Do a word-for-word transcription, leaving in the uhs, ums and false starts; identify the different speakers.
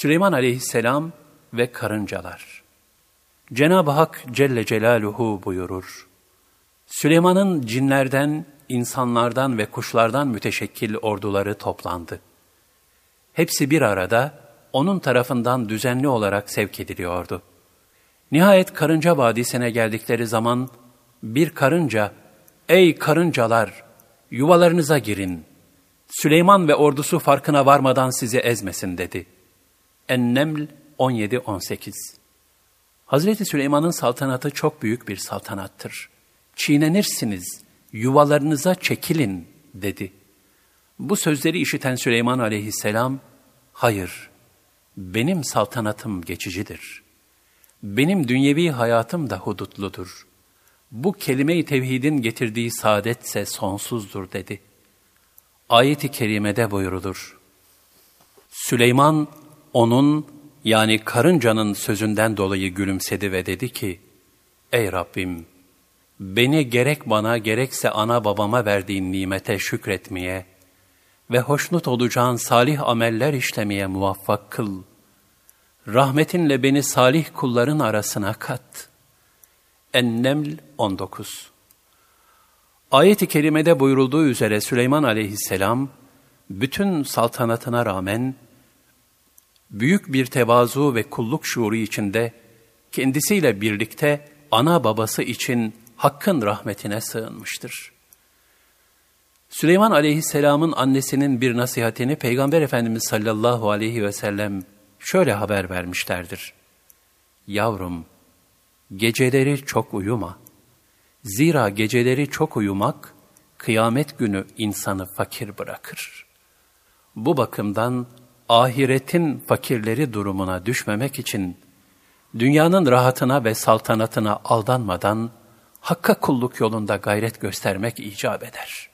Speaker 1: Süleyman aleyhisselam ve karıncalar. Cenab-ı Hak Celle Celaluhu buyurur: Süleyman'ın cinlerden, insanlardan ve kuşlardan müteşekkil orduları toplandı. Hepsi bir arada onun tarafından düzenli olarak sevk ediliyordu. Nihayet Karınca Vadisi'ne geldikleri zaman bir karınca, "Ey karıncalar, yuvalarınıza girin. Süleyman ve ordusu farkına varmadan sizi ezmesin," dedi. En-Neml on yedi on sekiz. Hazreti Süleyman'ın saltanatı çok büyük bir saltanattır. "Çiğnenirsiniz, yuvalarınıza çekilin," dedi. Bu sözleri işiten Süleyman aleyhisselam, "Hayır, benim saltanatım geçicidir. Benim dünyevi hayatım da hudutludur. Bu kelime-i tevhidin getirdiği saadetse sonsuzdur," dedi. Ayet-i kerimede buyrulur: Süleyman onun, yani karıncanın sözünden dolayı gülümsedi ve dedi ki, "Ey Rabbim, beni gerek bana gerekse ana babama verdiğin nimete şükretmeye ve hoşnut olacağın salih ameller işlemeye muvaffak kıl. Rahmetinle beni salih kulların arasına kat." En-Neml on dokuz. Ayet-i kerimede buyurulduğu üzere Süleyman aleyhisselam, bütün saltanatına rağmen büyük bir tevazu ve kulluk şuuru içinde kendisiyle birlikte ana babası için Hakk'ın rahmetine sığınmıştır. Süleyman aleyhisselamın annesinin bir nasihatini Peygamber Efendimiz sallallahu aleyhi ve sellem şöyle haber vermişlerdir: "Yavrum, geceleri çok uyuma. Zira geceleri çok uyumak, kıyamet günü insanı fakir bırakır. Bu bakımdan ahiretin fakirleri durumuna düşmemek için, dünyanın rahatına ve saltanatına aldanmadan, Hakk'a kulluk yolunda gayret göstermek icap eder."